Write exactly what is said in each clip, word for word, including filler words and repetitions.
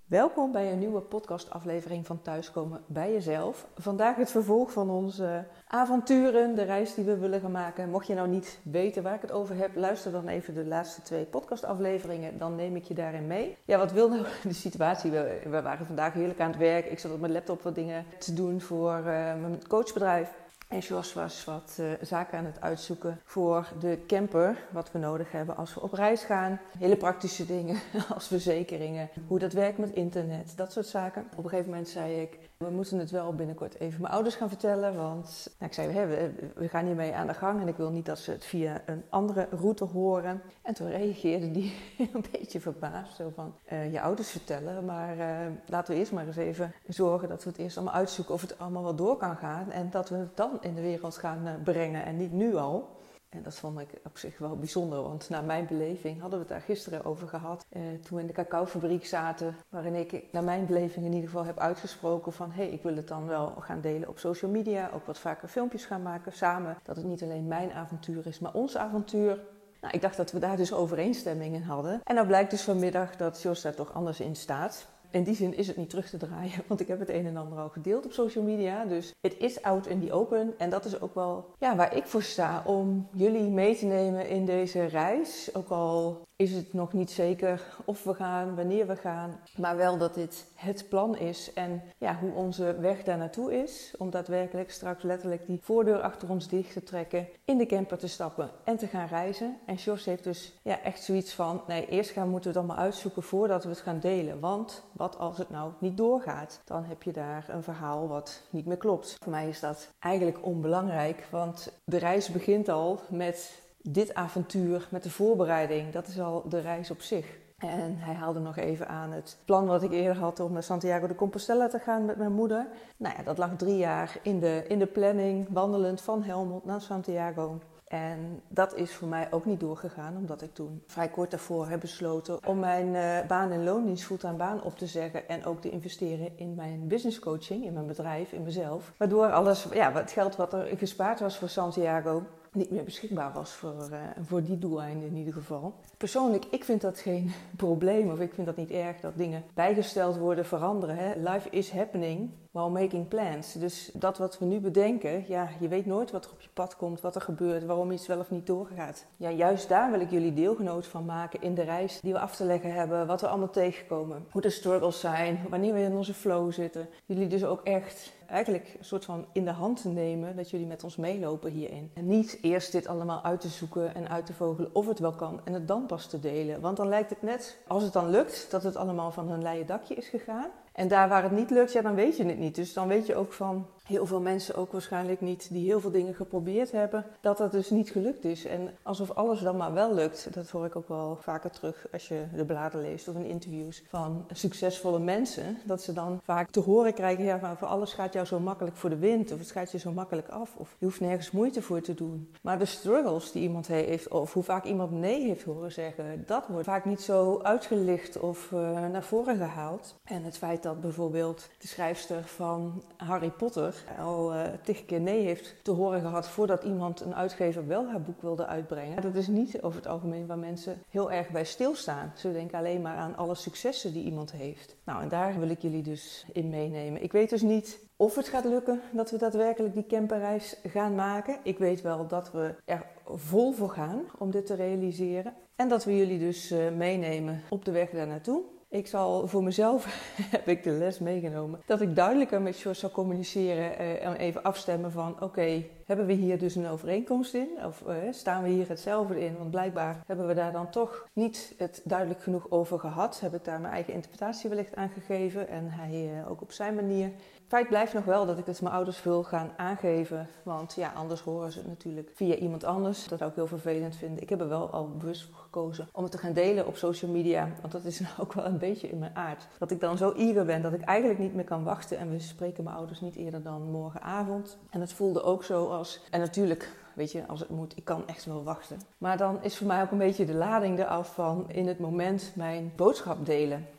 Welkom bij een nieuwe podcastaflevering van Thuiskomen bij Jezelf. Vandaag het vervolg van onze avonturen, de reis die we willen gaan maken. Mocht je nou niet weten waar ik het over heb, luister dan even de laatste twee podcastafleveringen. Dan neem ik je daarin mee. Ja, wat wil nou de situatie? We, we waren vandaag heerlijk aan het werk. Ik zat op mijn laptop wat dingen te doen voor uh, mijn coachbedrijf. En Jos was wat uh, zaken aan het uitzoeken voor de camper, wat we nodig hebben als we op reis gaan. Hele praktische dingen als verzekeringen, hoe dat werkt met internet, dat soort zaken. Op een gegeven moment zei ik, we moeten het wel binnenkort even mijn ouders gaan vertellen. Want nou, ik zei, we, we gaan hiermee aan de gang en ik wil niet dat ze het via een andere route horen. En toen reageerde die een beetje verbaasd, zo van, uh, je ouders vertellen. Maar uh, laten we eerst maar eens even zorgen dat we het eerst allemaal uitzoeken of het allemaal wel door kan gaan. En dat we het dan in de wereld gaan brengen en niet nu al. En dat vond ik op zich wel bijzonder, want naar mijn beleving hadden we het daar gisteren over gehad. Eh, toen we in de cacaofabriek zaten, waarin ik naar mijn beleving in ieder geval heb uitgesproken van hé, hey, ik wil het dan wel gaan delen op social media, ook wat vaker filmpjes gaan maken samen. Dat het niet alleen mijn avontuur is, maar ons avontuur. Nou, ik dacht dat we daar dus overeenstemming in hadden. En nou blijkt dus vanmiddag dat Jos daar toch anders in staat. In die zin is het niet terug te draaien, want ik heb het een en ander al gedeeld op social media. Dus het is out in the open. En dat is ook wel ja, waar ik voor sta, om jullie mee te nemen in deze reis. Ook al is het nog niet zeker of we gaan, wanneer we gaan. Maar wel dat dit het plan is en ja, hoe onze weg daar naartoe is. Om daadwerkelijk straks letterlijk die voordeur achter ons dicht te trekken, in de camper te stappen en te gaan reizen. En Jos heeft dus ja, echt zoiets van, nee, eerst gaan moeten we het allemaal uitzoeken voordat we het gaan delen. Want wat als het nou niet doorgaat? Dan heb je daar een verhaal wat niet meer klopt. Voor mij is dat eigenlijk onbelangrijk, want de reis begint al met dit avontuur, met de voorbereiding. Dat is al de reis op zich. En hij haalde nog even aan het plan wat ik eerder had om naar Santiago de Compostela te gaan met mijn moeder. Nou ja, dat lag drie jaar in de, in de planning, wandelend van Helmond naar Santiago. En dat is voor mij ook niet doorgegaan, omdat ik toen vrij kort daarvoor heb besloten om mijn uh, baan in loondienst, fulltime baan op te zeggen en ook te investeren in mijn business coaching, in mijn bedrijf, in mezelf. Waardoor alles, ja, het geld wat er gespaard was voor Santiago niet meer beschikbaar was voor, uh, voor die doeleinden in ieder geval. Persoonlijk, ik vind dat geen probleem of ik vind dat niet erg dat dingen bijgesteld worden, veranderen. Hè? Life is happening while making plans. Dus dat wat we nu bedenken, ja, je weet nooit wat er op je pad komt, wat er gebeurt, waarom iets wel of niet doorgaat. Ja, juist daar wil ik jullie deelgenoot van maken in de reis die we af te leggen hebben, wat we allemaal tegenkomen, hoe de struggles zijn, wanneer we in onze flow zitten. Jullie dus ook echt eigenlijk een soort van in de hand te nemen, dat jullie met ons meelopen hierin. En niet eerst dit allemaal uit te zoeken en uit te vogelen of het wel kan en het dan pas te delen. Want dan lijkt het net, als het dan lukt, dat het allemaal van een leien dakje is gegaan. En daar waar het niet lukt, ja, dan weet je het niet. Dus dan weet je ook van heel veel mensen ook waarschijnlijk niet, die heel veel dingen geprobeerd hebben, dat dat dus niet gelukt is. En alsof alles dan maar wel lukt, dat hoor ik ook wel vaker terug als je de bladen leest of in interviews van succesvolle mensen. Dat ze dan vaak te horen krijgen, ja, van voor alles gaat jou zo makkelijk voor de wind, of het gaat je zo makkelijk af, of je hoeft nergens moeite voor te doen. Maar de struggles die iemand heeft, of hoe vaak iemand nee heeft horen zeggen, dat wordt vaak niet zo uitgelicht of uh, naar voren gehaald. En het feit dat bijvoorbeeld de schrijfster van Harry Potter al uh, tig keer nee heeft te horen gehad voordat iemand, een uitgever, wel haar boek wilde uitbrengen. Dat is niet over het algemeen waar mensen heel erg bij stilstaan. Ze denken alleen maar aan alle successen die iemand heeft. Nou, en daar wil ik jullie dus in meenemen. Ik weet dus niet of het gaat lukken dat we daadwerkelijk die camperreis gaan maken. Ik weet wel dat we er vol voor gaan om dit te realiseren. En dat we jullie dus uh, meenemen op de weg daar naartoe. Ik zal voor mezelf, heb ik de les meegenomen, dat ik duidelijker met Jos zal communiceren uh, en even afstemmen van oké, okay, hebben we hier dus een overeenkomst in? Of uh, staan we hier hetzelfde in? Want blijkbaar hebben we daar dan toch niet het duidelijk genoeg over gehad. Heb ik daar mijn eigen interpretatie wellicht aan gegeven en hij uh, ook op zijn manier. Feit blijft nog wel dat ik het mijn ouders wil gaan aangeven, want ja, anders horen ze het natuurlijk via iemand anders. Dat zou ik heel vervelend vinden. Ik heb er wel al bewust voor gekozen om het te gaan delen op social media, want dat is nou ook wel een beetje in mijn aard. Dat ik dan zo eager ben dat ik eigenlijk niet meer kan wachten en we spreken mijn ouders niet eerder dan morgenavond. En het voelde ook zo als, en natuurlijk, weet je, als het moet, ik kan echt wel wachten. Maar dan is voor mij ook een beetje de lading eraf van in het moment mijn boodschap delen.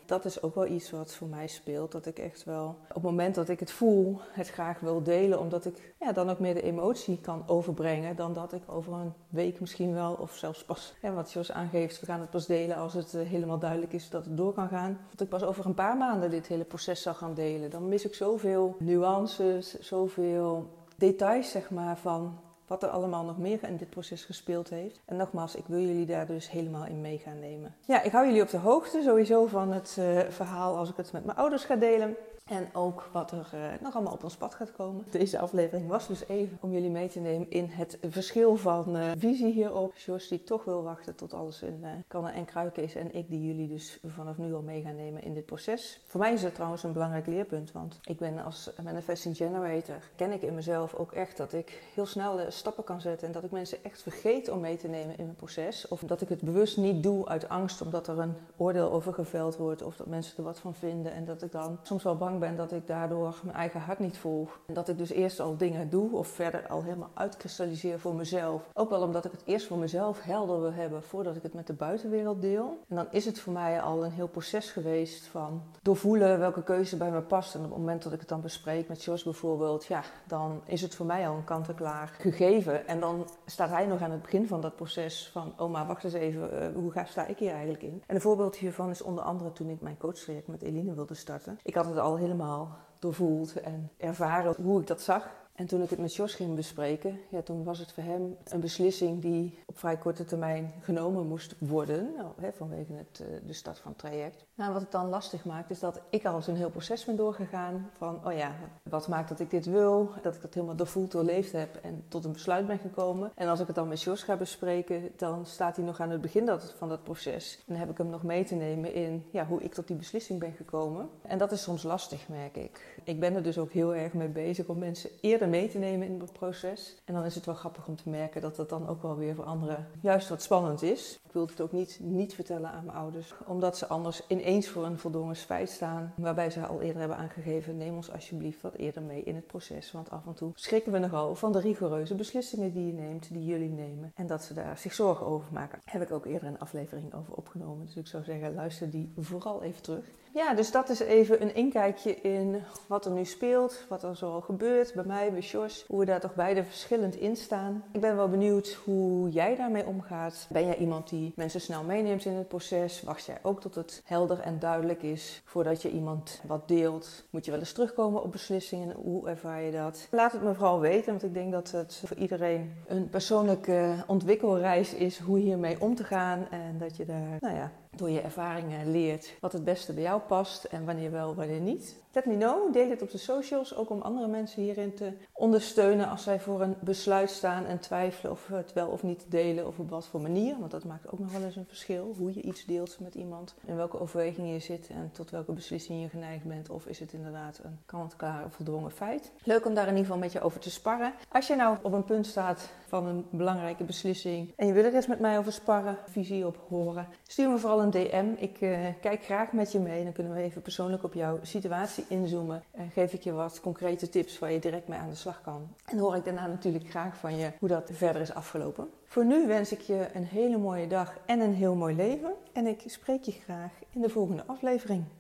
dat is ook wel iets wat voor mij speelt. Dat ik echt wel op het moment dat ik het voel, het graag wil delen. Omdat ik ja, dan ook meer de emotie kan overbrengen. Dan dat ik over een week misschien wel, of zelfs pas, hè, wat Jos aangeeft, we gaan het pas delen als het uh, helemaal duidelijk is dat het door kan gaan. Dat ik pas over een paar maanden dit hele proces zal gaan delen. Dan mis ik zoveel nuances, zoveel details zeg maar van wat er allemaal nog meer in dit proces gespeeld heeft. En nogmaals, ik wil jullie daar dus helemaal in mee gaan nemen. Ja, ik hou jullie op de hoogte sowieso van het uh, verhaal als ik het met mijn ouders ga delen. En ook wat er uh, nog allemaal op ons pad gaat komen. Deze aflevering was dus even om jullie mee te nemen in het verschil van uh, visie hierop. Jos die toch wil wachten tot alles in uh, kannen en kruiken is. En ik die jullie dus vanaf nu al mee gaan nemen in dit proces. Voor mij is het trouwens een belangrijk leerpunt. Want ik ben als Manifesting Generator, ken ik in mezelf ook echt dat ik heel snel uh, stappen kan zetten. En dat ik mensen echt vergeet om mee te nemen in mijn proces. Of dat ik het bewust niet doe uit angst omdat er een oordeel over geveld wordt. Of dat mensen er wat van vinden. En dat ik dan soms wel bang ben dat ik daardoor mijn eigen hart niet volg. En dat ik dus eerst al dingen doe of verder al helemaal uitkristalliseer voor mezelf. Ook wel omdat ik het eerst voor mezelf helder wil hebben voordat ik het met de buitenwereld deel. En dan is het voor mij al een heel proces geweest van doorvoelen welke keuze bij me past. En op het moment dat ik het dan bespreek met Jos bijvoorbeeld, ja, dan is het voor mij al een kant-en-klaar gegeven. En dan staat hij nog aan het begin van dat proces van, oh maar wacht eens even, uh, hoe ga, sta ik hier eigenlijk in? En een voorbeeld hiervan is onder andere toen ik mijn coachtraject met Eline wilde starten. Ik had het al helemaal doorvoeld en ervaren hoe ik dat zag. En toen ik het met Jos ging bespreken, ja, toen was het voor hem een beslissing die op vrij korte termijn genomen moest worden. Nou, hè, vanwege het, uh, de start van het traject. Nou, wat het dan lastig maakt is dat ik al zo'n heel proces ben doorgegaan. Van, oh ja, wat maakt dat ik dit wil? Dat ik dat helemaal doorvoeld, doorleefd heb en tot een besluit ben gekomen. En als ik het dan met Jos ga bespreken, dan staat hij nog aan het begin dat, van dat proces. En dan heb ik hem nog mee te nemen in ja, hoe ik tot die beslissing ben gekomen. En dat is soms lastig, merk ik. Ik ben er dus ook heel erg mee bezig om mensen eerder mee te nemen in het proces. En dan is het wel grappig om te merken dat dat dan ook wel weer voor anderen juist wat spannend is. Ik wil het ook niet, niet vertellen aan mijn ouders, omdat ze anders ineens voor een voldongen feit staan, waarbij ze al eerder hebben aangegeven, neem ons alsjeblieft wat eerder mee in het proces. Want af en toe schrikken we nogal van de rigoureuze beslissingen die je neemt, die jullie nemen. En dat ze daar zich zorgen over maken. Daar heb ik ook eerder een aflevering over opgenomen. Dus ik zou zeggen, luister die vooral even terug. Ja, dus dat is even een inkijkje in wat er nu speelt, wat er zoal gebeurt bij mij, bij Jos, hoe we daar toch beide verschillend in staan. Ik ben wel benieuwd hoe jij daarmee omgaat. Ben jij iemand die mensen snel meeneemt in het proces? Wacht jij ook tot het helder en duidelijk is voordat je iemand wat deelt? Moet je wel eens terugkomen op beslissingen? Hoe ervaar je dat? Laat het me vooral weten, want ik denk dat het voor iedereen een persoonlijke ontwikkelreis is hoe hiermee om te gaan. En dat je daar, nou ja, door je ervaringen leert wat het beste bij jou past en wanneer wel, wanneer niet. Let me know, deel dit op de socials, ook om andere mensen hierin te ondersteunen als zij voor een besluit staan en twijfelen of het wel of niet delen of op wat voor manier. Want dat maakt ook nog wel eens een verschil, hoe je iets deelt met iemand, in welke overweging je zit en tot welke beslissing je geneigd bent. Of is het inderdaad een kant-en-klaar voldongen feit. Leuk om daar in ieder geval met je over te sparren. Als je nou op een punt staat van een belangrijke beslissing en je wil er eens met mij over sparren, visie op horen, stuur me vooral een D M. Ik uh, kijk graag met je mee. Dan kunnen we even persoonlijk op jouw situatie inzoomen. En geef ik je wat concrete tips waar je direct mee aan de slag kan. En hoor ik daarna natuurlijk graag van je hoe dat verder is afgelopen. Voor nu wens ik je een hele mooie dag en een heel mooi leven. En ik spreek je graag in de volgende aflevering.